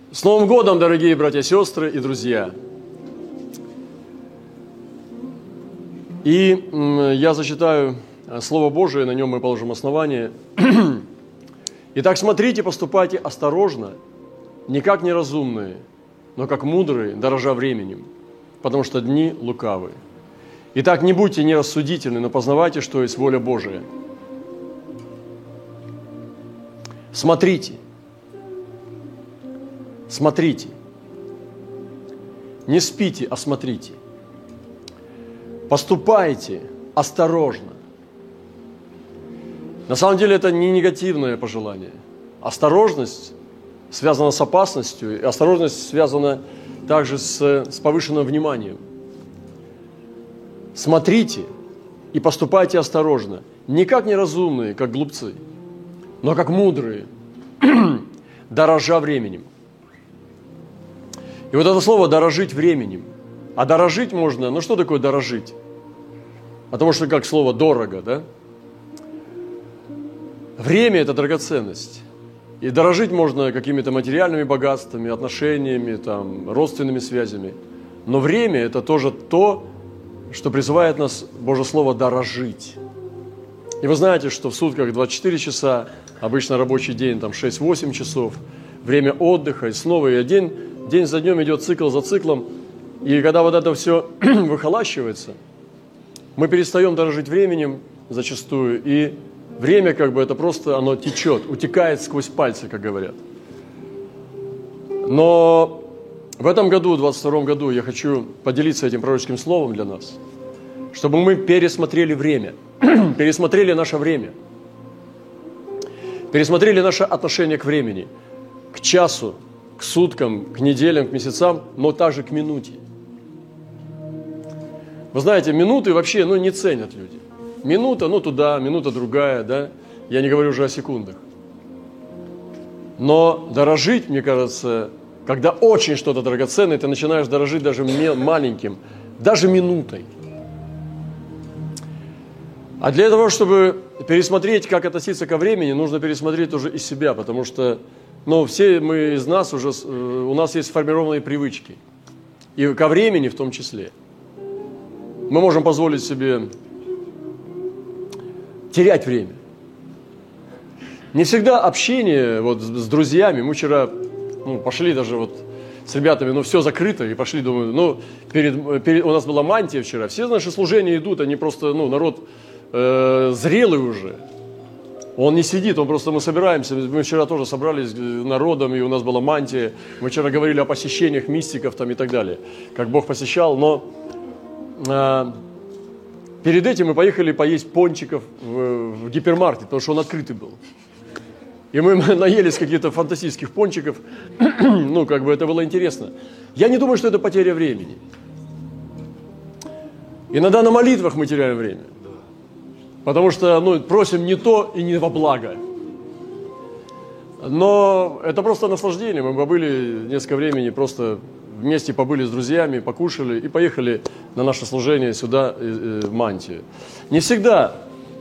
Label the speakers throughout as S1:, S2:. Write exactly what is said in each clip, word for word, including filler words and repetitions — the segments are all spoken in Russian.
S1: С Новым годом, дорогие братья, сестры и друзья! И я зачитаю Слово Божие, на нем мы положим основание. Итак, смотрите, поступайте осторожно, не как неразумные, но как мудрые, дорожа временем, потому что дни лукавы. Итак, не будьте нерассудительны, но познавайте, что есть воля Божия. Смотрите. Смотрите. Не спите, а смотрите. Поступайте осторожно. На самом деле это не негативное пожелание. Осторожность связана с опасностью, и осторожность связана также с, с повышенным вниманием. Смотрите и поступайте осторожно. Не как неразумные, как глупцы, но как мудрые, дорожа временем. И вот это слово «дорожить временем». А дорожить можно, ну что такое дорожить? Потому что как слово «дорого», да? Время – это драгоценность. И дорожить можно какими-то материальными богатствами, отношениями, там, родственными связями. Но время – это тоже то, что призывает нас, Божье Слово, дорожить. И вы знаете, что в сутках двадцать четыре часа, обычно рабочий день, там шесть-восемь часов, время отдыха, и снова и день, день за днем идет цикл за циклом. И когда вот это все выхолащивается, мы перестаем дорожить временем зачастую, и время как бы это просто, оно течет, утекает сквозь пальцы, как говорят. Но в этом году, в двадцать втором году, я хочу поделиться этим пророческим словом для нас, чтобы мы пересмотрели время, пересмотрели наше время, пересмотрели наше отношение к времени, к часу, к суткам, к неделям, к месяцам, но также к минуте. Вы знаете, минуты вообще, ну, не ценят люди. Минута, ну, туда, минута другая, да. Я не говорю уже о секундах. Но дорожить, мне кажется, когда очень что-то драгоценное, ты начинаешь дорожить даже маленьким, даже минутой. А для того, чтобы пересмотреть, как относиться ко времени, нужно пересмотреть уже и себя, потому что, ну, все мы из нас уже, у нас есть сформированные привычки. И ко времени в том числе. Мы можем позволить себе терять время. Не всегда общение вот с друзьями. Мы вчера ну, пошли даже вот с ребятами, ну все закрыто, и пошли, думаю, ну перед, перед, у нас была мантия вчера, все наши служения идут, они просто, ну народ э, зрелый уже. Он не сидит, он просто, мы собираемся, мы вчера тоже собрались народом, и у нас была мантия, мы вчера говорили о посещениях мистиков там и так далее, как Бог посещал, но э, перед этим мы поехали поесть пончиков в, в гипермаркет, потому что он открытый был. И мы наелись каких-то фантастических пончиков, ну, как бы это было интересно. Я не думаю, что это потеря времени. Иногда на молитвах мы теряем время. Потому что, ну, просим не то и не во благо. Но это просто наслаждение. Мы побыли несколько времени, просто вместе побыли с друзьями, покушали и поехали на наше служение сюда, в Мантию. Не всегда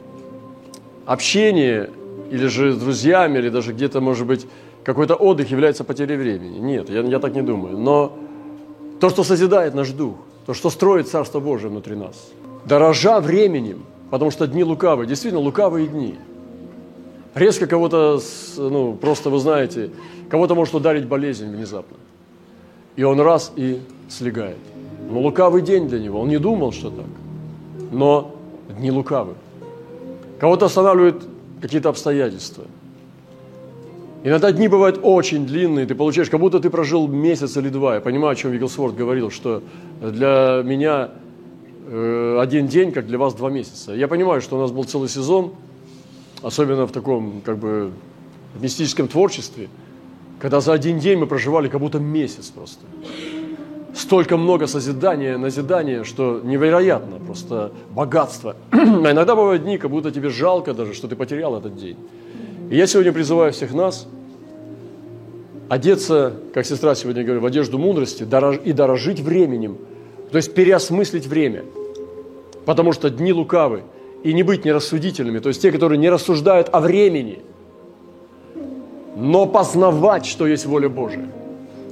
S1: общение или же с друзьями, или даже где-то, может быть, какой-то отдых является потерей времени. Нет, я, я так не думаю. Но то, что созидает наш дух, то, что строит Царство Божие внутри нас, дорожа временем, потому что дни лукавые, действительно лукавые дни. Резко кого-то, ну, просто, вы знаете, кого-то может ударить болезнь внезапно. И он раз и слегает. Но лукавый день для него, он не думал, что так. Но дни лукавы. Кого-то останавливают какие-то обстоятельства. Иногда дни бывают очень длинные, ты получаешь, как будто ты прожил месяц или два. Я понимаю, о чем Вигглсворт говорил, что для меня э, один день, как для вас два месяца. Я понимаю, что у нас был целый сезон, особенно в таком, как бы, мистическом творчестве, когда за один день мы проживали как будто месяц просто. Столько много созидания, назидания, что невероятно, просто богатство. А иногда бывают дни, как будто тебе жалко даже, что ты потерял этот день. И я сегодня призываю всех нас одеться, как сестра сегодня говорит, в одежду мудрости и дорожить временем, то есть переосмыслить время, потому что дни лукавы, и не быть нерассудительными, то есть те, которые не рассуждают о времени, но познавать, что есть воля Божия.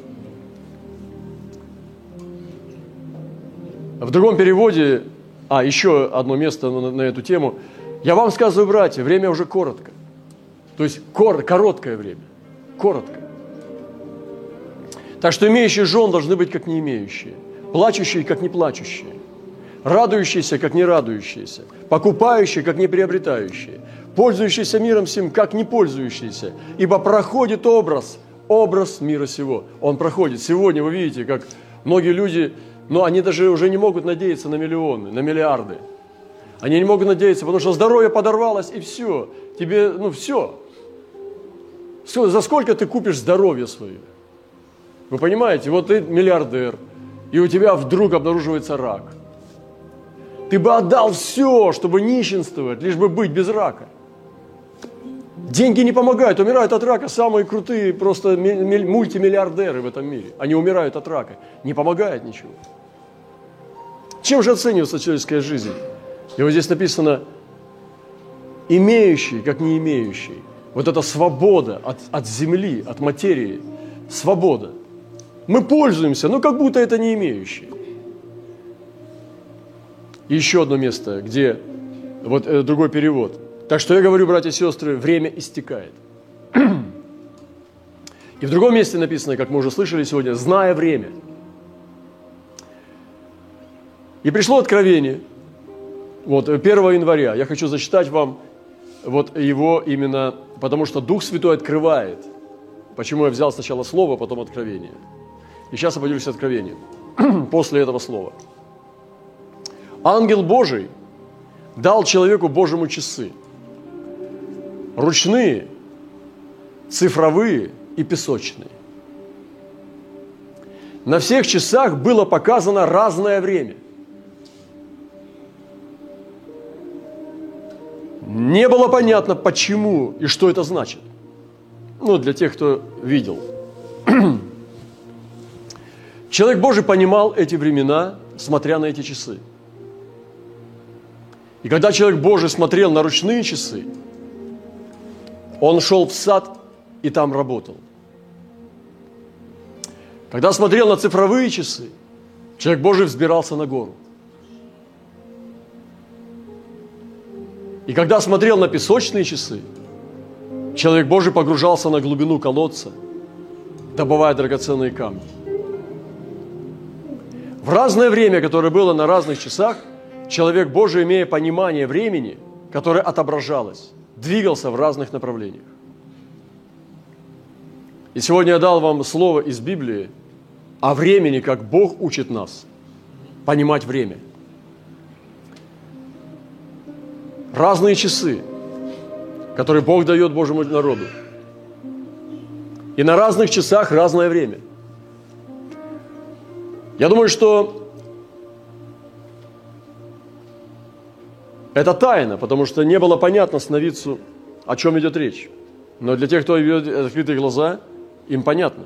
S1: В другом переводе, а, еще одно место на, на эту тему. «Я вам сказываю, братья, время уже коротко». То есть кор, короткое время. Коротко. Так что имеющие жен должны быть как не имеющие, плачущие как не плачущие, радующиеся как не радующиеся, покупающие как не приобретающие, пользующиеся миром сим как не пользующиеся, ибо проходит образ, образ мира сего. Он проходит. Сегодня вы видите, как многие люди, но они даже уже не могут надеяться на миллионы, на миллиарды. Они не могут надеяться, потому что здоровье подорвалось, и все. Тебе, ну все. За сколько ты купишь здоровье свое? Вы понимаете, вот ты миллиардер, и у тебя вдруг обнаруживается рак. Ты бы отдал все, чтобы нищенствовать, лишь бы быть без рака. Деньги не помогают, умирают от рака самые крутые просто мультимиллиардеры в этом мире. Они умирают от рака, не помогает ничего. Чем же оценивается человеческая жизнь? И вот здесь написано, имеющий, как не имеющий. Вот эта свобода от, от земли, от материи, свобода. Мы пользуемся, но как будто это не имеющие. И еще одно место, где вот э, другой перевод. Так что я говорю, братья и сестры, время истекает. И в другом месте написано, как мы уже слышали сегодня, зная время. И пришло откровение. Вот первого января. Я хочу зачитать вам вот его именно, потому что Дух Святой открывает. Почему я взял сначала слово, а потом откровение. И сейчас я поделюсь откровением. После этого слова. Ангел Божий дал человеку Божьему часы. Ручные, цифровые и песочные. На всех часах было показано разное время. Не было понятно, почему и что это значит. Ну, для тех, кто видел. Человек Божий понимал эти времена, смотря на эти часы. И когда человек Божий смотрел на ручные часы, он шел в сад и там работал. Когда смотрел на цифровые часы, человек Божий взбирался на гору. И когда смотрел на песочные часы, человек Божий погружался на глубину колодца, добывая драгоценные камни. В разное время, которое было на разных часах, человек Божий, имея понимание времени, которое отображалось, двигался в разных направлениях. И сегодня я дал вам слово из Библии о времени, как Бог учит нас понимать время. Разные часы, которые Бог дает Божьему народу. И на разных часах разное время. Я думаю, что это тайна, потому что не было понятно сновидцу, о чем идет речь. Но для тех, кто имеет открытые глаза, им понятно.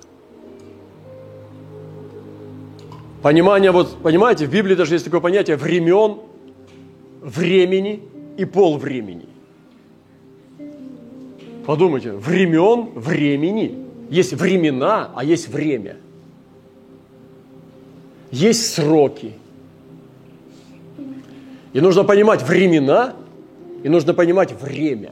S1: Понимание, вот, понимаете, в Библии даже есть такое понятие времен, времени и полвремени. Подумайте, времен, времени. Есть времена, а есть время. Есть сроки. И нужно понимать времена, и нужно понимать время.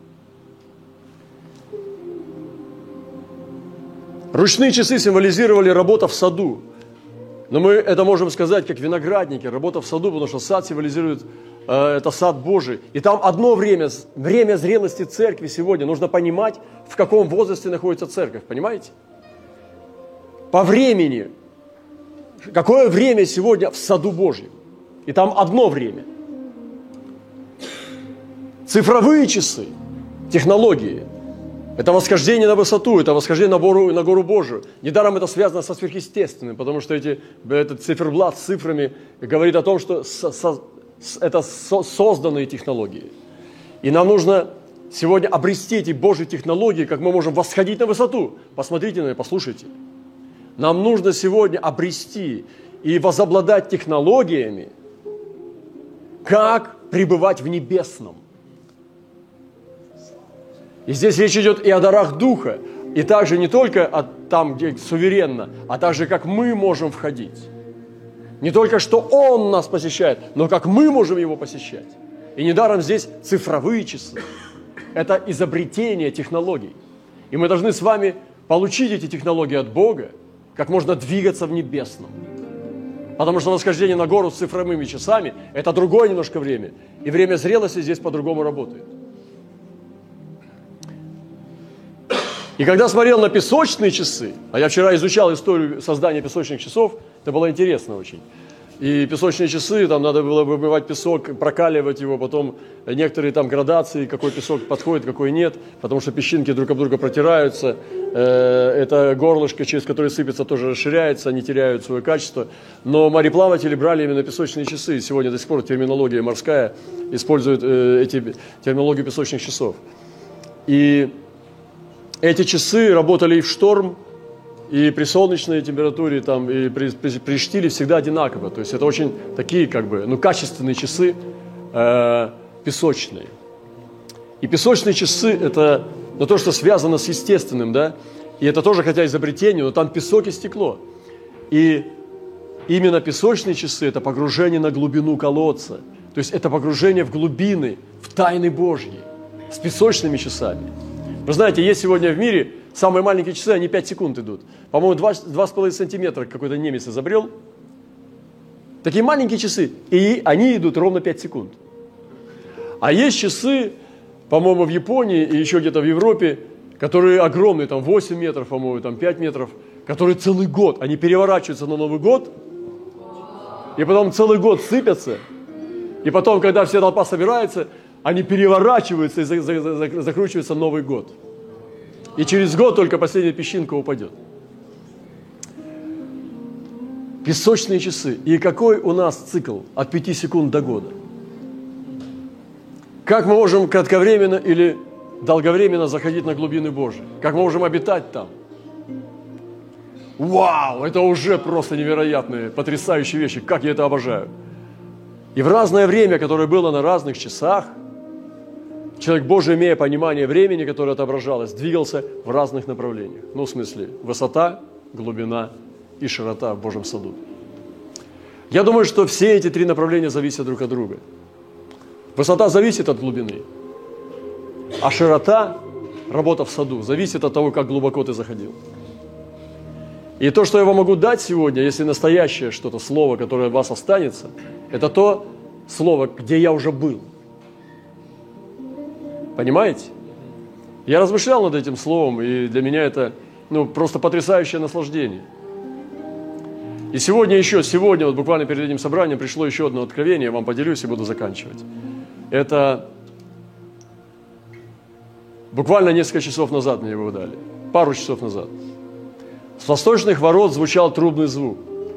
S1: Ручные часы символизировали работу в саду. Но мы это можем сказать как виноградники, работа в саду, потому что сад символизирует, э, это сад Божий. И там одно время, время зрелости церкви сегодня. Нужно понимать, в каком возрасте находится церковь, понимаете? По времени. Какое время сегодня в саду Божьем? И там одно время. Цифровые часы, технологии. Это восхождение на высоту, это восхождение на гору, на гору Божию. Недаром это связано со сверхъестественным, потому что эти, этот циферблат с цифрами говорит о том, что со, со, это со, созданные технологии. И нам нужно сегодня обрести эти Божьи технологии, как мы можем восходить на высоту. Посмотрите на это, послушайте. Нам нужно сегодня обрести и возобладать технологиями, как пребывать в небесном. И здесь речь идет и о дарах Духа, и также не только о, там, где суверенно, а также как мы можем входить. Не только что Он нас посещает, но как мы можем Его посещать. И недаром здесь цифровые часы. Это изобретение технологий. И мы должны с вами получить эти технологии от Бога, как можно двигаться в небесном. Потому что восхождение на гору с цифровыми часами – это другое немножко время. И время зрелости здесь по-другому работает. И когда смотрел на песочные часы, а я вчера изучал историю создания песочных часов, это было интересно очень. И песочные часы, там надо было выбивать песок, прокаливать его, потом некоторые там градации, какой песок подходит, какой нет, потому что песчинки друг об друга протираются, это горлышко, через которое сыпется, тоже расширяется, они теряют свое качество. Но мореплаватели брали именно песочные часы. Сегодня до сих пор терминология морская использует эти терминологию песочных часов. И эти часы работали и в шторм, и при солнечной температуре, там, и при, при, при штиле всегда одинаково. То есть это очень такие, как бы, ну, качественные часы э, песочные. И песочные часы – это ну, то, что связано с естественным, да, и это тоже, хотя изобретение, но там песок и стекло. И именно песочные часы – это погружение на глубину колодца. То есть это погружение в глубины, в тайны Божьи, с песочными часами. Вы знаете, есть сегодня в мире самые маленькие часы, они пять секунд идут. По-моему, два с половиной сантиметра какой-то немец изобрел. Такие маленькие часы, и они идут ровно пять секунд. А есть часы, по-моему, в Японии и еще где-то в Европе, которые огромные, там восемь метров, по-моему, там пять метров, которые целый год, они переворачиваются на Новый год, и потом целый год сыпятся, и потом, когда вся толпа собирается, они переворачиваются и закручивается Новый год. И через год только последняя песчинка упадет. Песочные часы. И какой у нас цикл от пяти секунд до года? Как мы можем кратковременно или долговременно заходить на глубины Божьи? Как мы можем обитать там? Вау! Это уже просто невероятные, потрясающие вещи. Как я это обожаю. И в разное время, которое было на разных часах, человек Божий, имея понимание времени, которое отображалось, двигался в разных направлениях. Ну, в смысле, высота, глубина и широта в Божьем саду. Я думаю, что все эти три направления зависят друг от друга. Высота зависит от глубины, а широта, работа в саду, зависит от того, как глубоко ты заходил. И то, что я вам могу дать сегодня, если настоящее что-то, слово, которое у вас останется, это то слово, где я уже был. Понимаете? Я размышлял над этим словом, и для меня это ну, просто потрясающее наслаждение. И сегодня еще, сегодня, вот буквально перед этим собранием пришло еще одно откровение, я вам поделюсь и буду заканчивать. Это буквально несколько часов назад мне его дали, пару часов назад. С восточных ворот звучал трубный звук.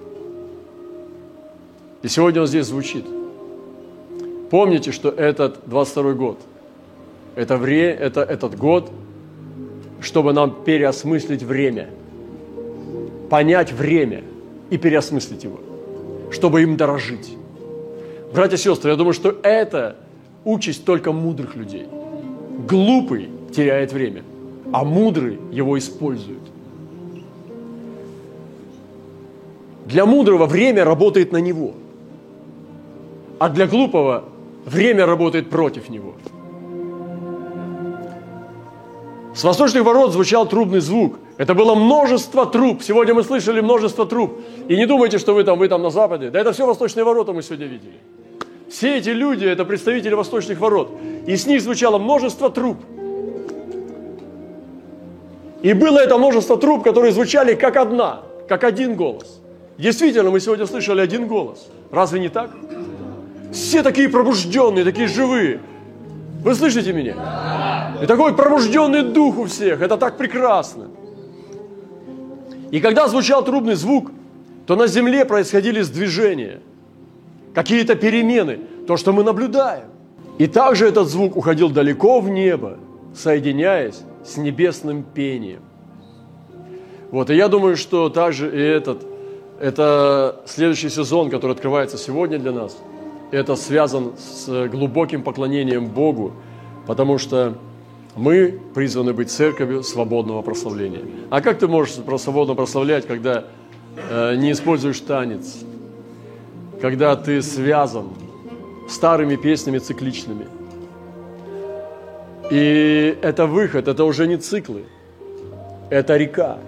S1: И сегодня он здесь звучит. Помните, что этот двадцать второй год, это, вре, это этот год, чтобы нам переосмыслить время, понять время и переосмыслить его, чтобы им дорожить. Братья и сестры, я думаю, что это участь только мудрых людей. Глупый теряет время, а мудрый его использует. Для мудрого время работает на него, а для глупого время работает против него. С восточных ворот звучал трубный звук. Это было множество труб. Сегодня мы слышали множество труб. И не думайте, что вы там, вы там на западе. Да это все восточные ворота мы сегодня видели. Все эти люди – это представители восточных ворот. И с них звучало множество труб. И было это множество труб, которые звучали как одна, как один голос. Действительно, мы сегодня слышали один голос. Разве не так? Все такие пробужденные, такие живые. Вы слышите меня? И такой пробужденный дух у всех. Это так прекрасно. И когда звучал трубный звук, то на земле происходили сдвижения, какие-то перемены, то, что мы наблюдаем. И также этот звук уходил далеко в небо, соединяясь с небесным пением. Вот, и я думаю, что также и этот, это следующий сезон, который открывается сегодня для нас, это связан с глубоким поклонением Богу, потому что мы призваны быть церковью свободного прославления. А как ты можешь свободно прославлять, когда э, не используешь танец, когда ты связан старыми песнями цикличными. И это выход, это уже не циклы, это река.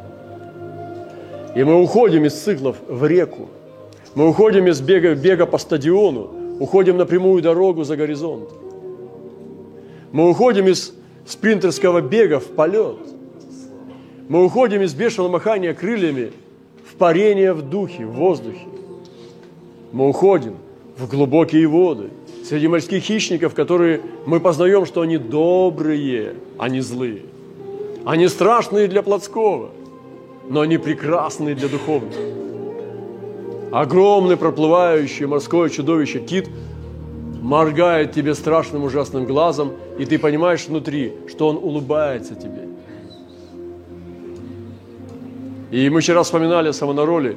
S1: И мы уходим из циклов в реку. Мы уходим из бега, бега по стадиону, уходим на прямую дорогу за горизонт. Мы уходим из спринтерского бега в полет. Мы уходим из бешеного махания крыльями в парение в духе, в воздухе. Мы уходим в глубокие воды, среди морских хищников, которые мы познаем, что они добрые, а не злые. Они страшные для плотского, но они прекрасные для духовного. Огромный проплывающий морское чудовище кит моргает тебе страшным ужасным глазом, и ты понимаешь внутри, что он улыбается тебе. И мы вчера вспоминали о Савонароле,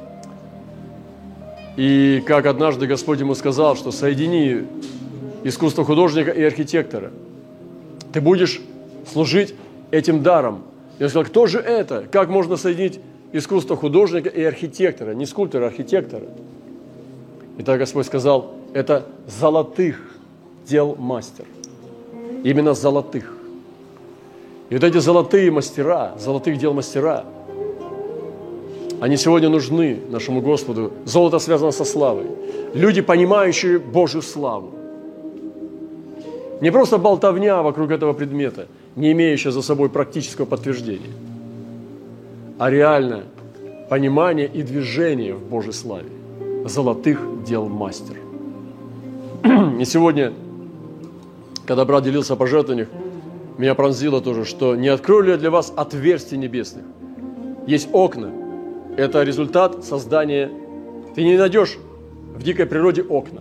S1: и как однажды Господь ему сказал, что соедини искусство художника и архитектора. Ты будешь служить этим даром. И он сказал, кто же это? Как можно соединить искусство художника и архитектора? Не скульптора, а архитектора. И так Господь сказал, это золотых дел мастер. Именно золотых. И вот эти золотые мастера, золотых дел мастера, они сегодня нужны нашему Господу. Золото связано со славой. Люди, понимающие Божью славу. Не просто болтовня вокруг этого предмета, не имеющая за собой практического подтверждения, а реальное понимание и движение в Божьей славе. Золотых дел мастер. И сегодня, когда брат делился о пожертвованиях, меня пронзило тоже, что не открою ли я для вас отверстий небесных. Есть окна. Это результат создания. Ты не найдешь в дикой природе окна.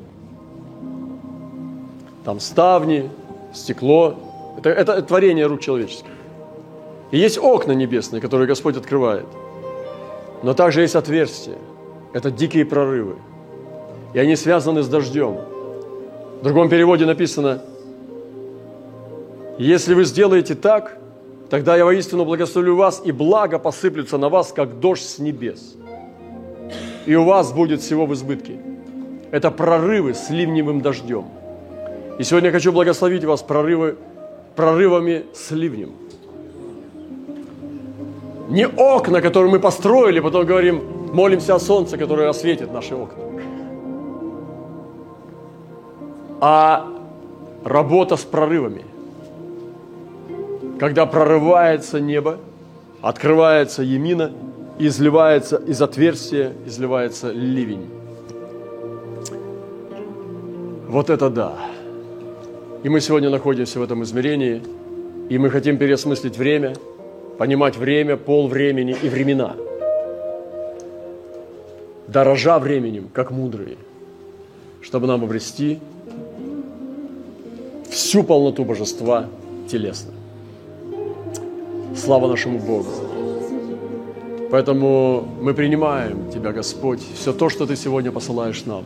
S1: Там ставни, стекло. Это, это творение рук человеческих. И есть окна небесные, которые Господь открывает. Но также есть отверстия. Это дикие прорывы. И они связаны с дождем. В другом переводе написано, если вы сделаете так, тогда я воистину благословлю вас, и благо посыплются на вас, как дождь с небес. И у вас будет всего в избытке. Это прорывы с ливневым дождем. И сегодня я хочу благословить вас прорывы, прорывами с ливнем. Не окна, которые мы построили, потом говорим, молимся о солнце, которое осветит наши окна. А работа с прорывами. Когда прорывается небо, открывается ямина, и изливается из отверстия, изливается ливень. Вот это да. И мы сегодня находимся в этом измерении, и мы хотим переосмыслить время, понимать время, пол времени и времена. Дорожа временем, как мудрые, чтобы нам обрести всю полноту божества телесно. Слава нашему Богу. Поэтому мы принимаем Тебя, Господь, все то, что Ты сегодня посылаешь нам.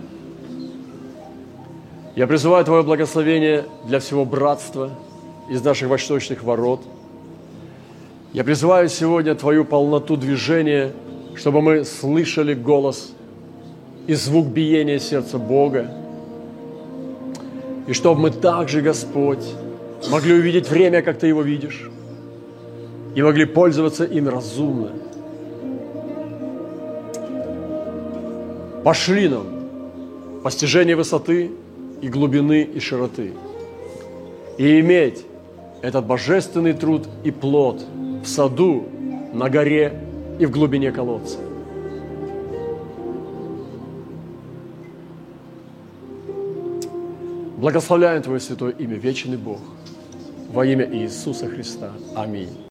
S1: Я призываю Твое благословение для всего братства из наших восточных ворот. Я призываю сегодня Твою полноту движения, чтобы мы слышали голос и звук биения сердца Бога. И чтобы мы также, Господь, могли увидеть время, как Ты его видишь, и могли пользоваться им разумно. Пошли нам постижение высоты и глубины и широты. И иметь этот божественный труд и плод в саду, на горе и в глубине колодца. Благословляем Твое святое имя, вечный Бог, во имя Иисуса Христа. Аминь.